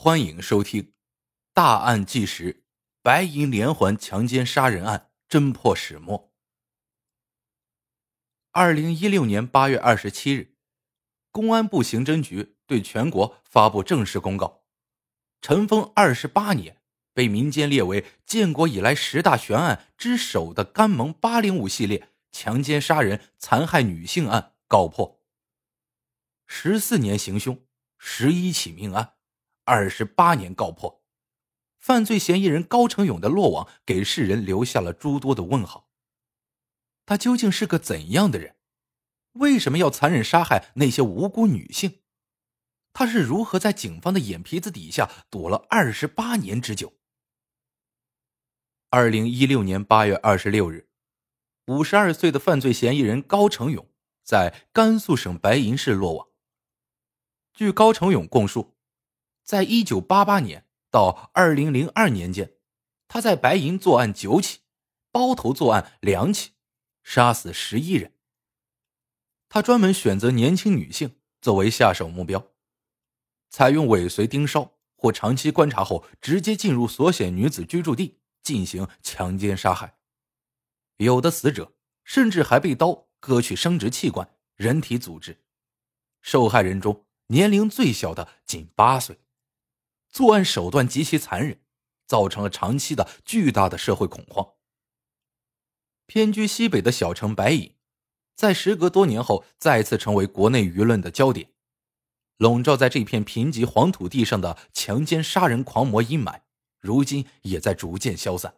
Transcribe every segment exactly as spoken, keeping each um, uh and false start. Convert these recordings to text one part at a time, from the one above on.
欢迎收听《大案纪实》，白银连环强奸杀人案侦破始末。二零一六年八月二十七日，公安部刑侦局对全国发布正式公告，尘封二十八年，被民间列为建国以来十大悬案之首的甘蒙八零五系列强奸杀人残害女性案告破。十四年行凶，十一起命案，二十八年告破，犯罪嫌疑人高成勇的落网给世人留下了诸多的问号。他究竟是个怎样的人？为什么要残忍杀害那些无辜女性？他是如何在警方的眼皮子底下躲了二十八年之久？二零一六年八月二十六日，五十二岁的犯罪嫌疑人高成勇在甘肃省白银市落网。据高成勇供述，在一九八八年到二零零二年间，他在白银作案九起，包头作案两起，杀死十一人。他专门选择年轻女性作为下手目标，采用尾随盯梢或长期观察后，直接进入所选女子居住地进行强奸杀害。有的死者甚至还被刀割去生殖器官、人体组织。受害人中年龄最小的仅八岁。作案手段极其残忍，造成了长期的巨大的社会恐慌。偏居西北的小城白银，在时隔多年后再次成为国内舆论的焦点。笼罩在这片贫瘠黄土地上的强奸杀人狂魔阴霾，如今也在逐渐消散。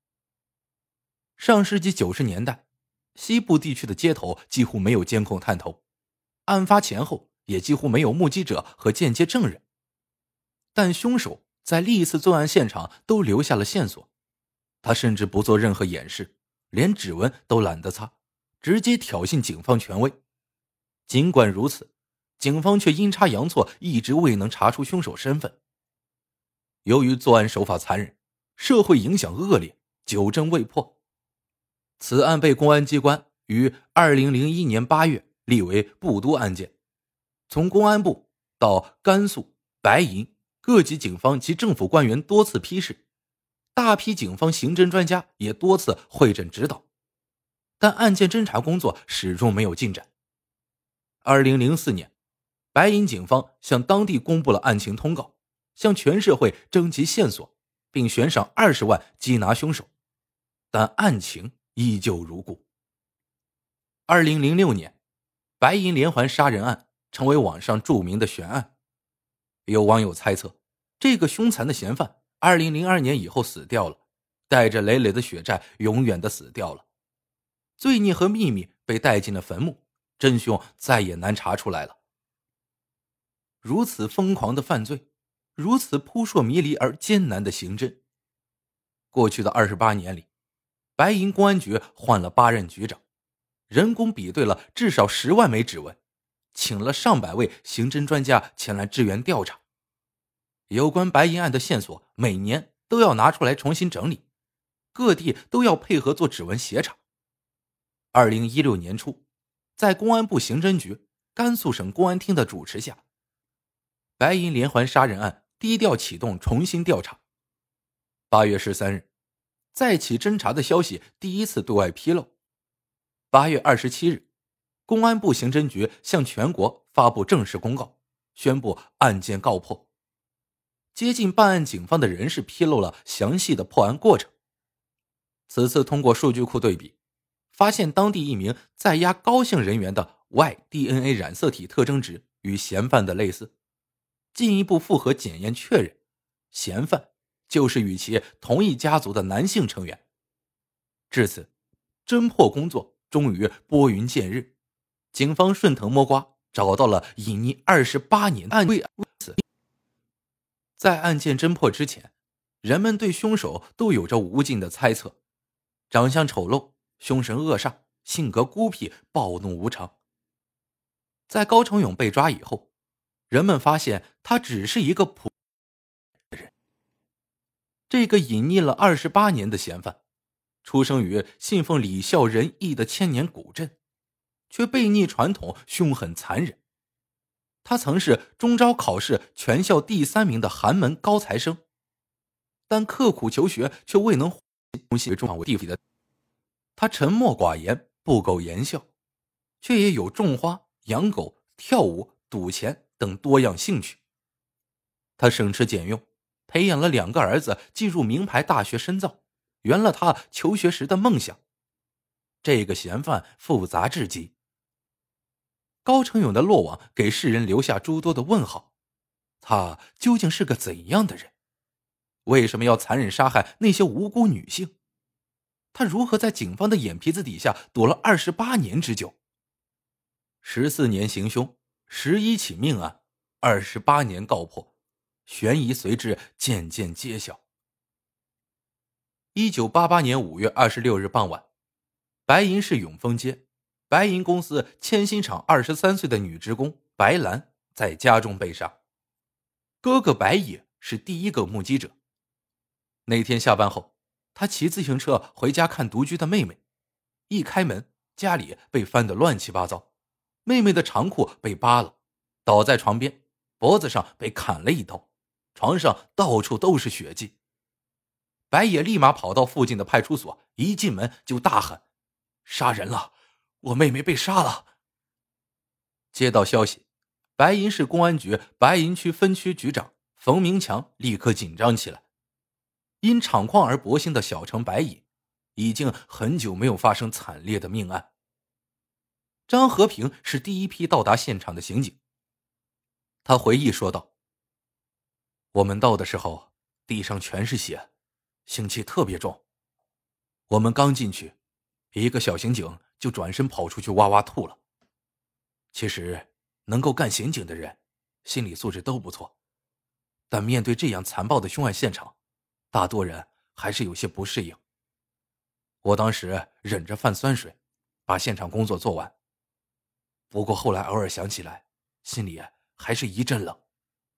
上世纪九十年代，西部地区的街头几乎没有监控探头，案发前后也几乎没有目击者和间接证人。但凶手在历次作案现场都留下了线索，他甚至不做任何掩饰，连指纹都懒得擦，直接挑衅警方权威。尽管如此，警方却阴差阳错一直未能查出凶手身份。由于作案手法残忍，社会影响恶劣，久侦未破。此案被公安机关于二零零一年八月立为部督案件。从公安部到甘肃、白银各级警方及政府官员多次批示，大批警方刑侦专家也多次会诊指导，但案件侦查工作始终没有进展。二零零四年，白银警方向当地公布了案情通告，向全社会征集线索，并悬赏二十万缉拿凶手，但案情依旧如故。二零零六年，白银连环杀人案成为网上著名的悬案。有网友猜测，这个凶残的嫌犯二零零二年以后死掉了，带着累累的血债永远的死掉了。罪孽和秘密被带进了坟墓，真凶再也难查出来了。如此疯狂的犯罪，如此扑朔迷离而艰难的刑侦。过去的二十八年里，白银公安局换了八任局长，人工比对了至少十万枚指纹，请了上百位刑侦专家前来支援调查。有关白银案的线索每年都要拿出来重新整理，各地都要配合做指纹协查。二零一六年初，在公安部刑侦局、甘肃省公安厅的主持下，白银连环杀人案低调启动重新调查。八月十三日，再起侦查的消息第一次对外披露。八月二十七日，公安部刑侦局向全国发布正式公告，宣布案件告破。接近办案警方的人士披露了详细的破案过程。此次通过数据库对比，发现当地一名在押高姓人员的 Y D N A 染色体特征值与嫌犯的类似，进一步复核检验确认，嫌犯就是与其同一家族的男性成员。至此，侦破工作终于拨云见日，警方顺藤摸瓜，找到了隐匿二十八年的案件。在案件侦破之前，人们对凶手都有着无尽的猜测：长相丑陋，凶神恶煞，性格孤僻，暴怒无常。在高成勇被抓以后，人们发现他只是一个普通人。这个隐匿了二十八年的嫌犯，出生于信奉礼孝仁义的千年古镇，却背逆传统，凶狠残忍。 他曾是中招考试全校第三名的寒门高材生，但刻苦求学却未能中系中为地的。他沉默寡言，不苟言笑，却也有种花、养狗、跳舞、赌钱等多样兴趣。他省吃俭用，培养了两个儿子进入名牌大学深造，圆了他求学时的梦想。这个嫌犯复杂至极。高成勇的落网给世人留下诸多的问号，他究竟是个怎样的人？为什么要残忍杀害那些无辜女性？他如何在警方的眼皮子底下躲了二十八年之久？十四年行凶，十一起命案，二十八年告破，悬疑随之渐渐揭晓。一九八八年五月二十六日傍晚，白银市永丰街，白银公司铅芯厂二十三岁的女职工白兰在家中被杀。哥哥白野是第一个目击者。那天下班后，他骑自行车回家看独居的妹妹，一开门，家里被翻得乱七八糟，妹妹的长裤被扒了，倒在床边，脖子上被砍了一刀，床上到处都是血迹。白野立马跑到附近的派出所，一进门就大喊：杀人了，我妹妹被杀了。接到消息，白银市公安局白银区分区局长冯明强立刻紧张起来。因厂矿而博兴的小城白银已经很久没有发生惨烈的命案。张和平是第一批到达现场的刑警。他回忆说道：我们到的时候，地上全是血，腥气特别重。我们刚进去，一个小刑警就转身跑出去哇哇吐了。其实能够干刑警的人心理素质都不错，但面对这样残暴的凶案现场，大多人还是有些不适应。我当时忍着泛酸水把现场工作做完，不过后来偶尔想起来，心里还是一阵冷。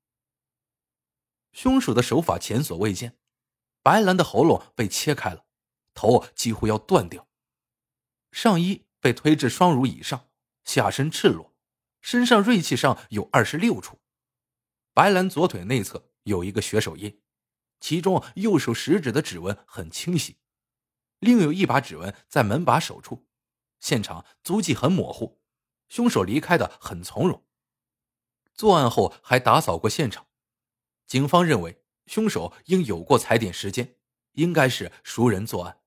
凶手的手法前所未见，白兰的喉咙被切开了，头几乎要断掉，上衣被推至双乳以上，下身赤裸，身上锐器上有二十六处。白兰左腿内侧有一个血手印，其中右手食指的指纹很清晰，另有一把指纹在门把手处。现场足迹很模糊，凶手离开的很从容。作案后还打扫过现场，警方认为凶手应有过踩点时间，应该是熟人作案。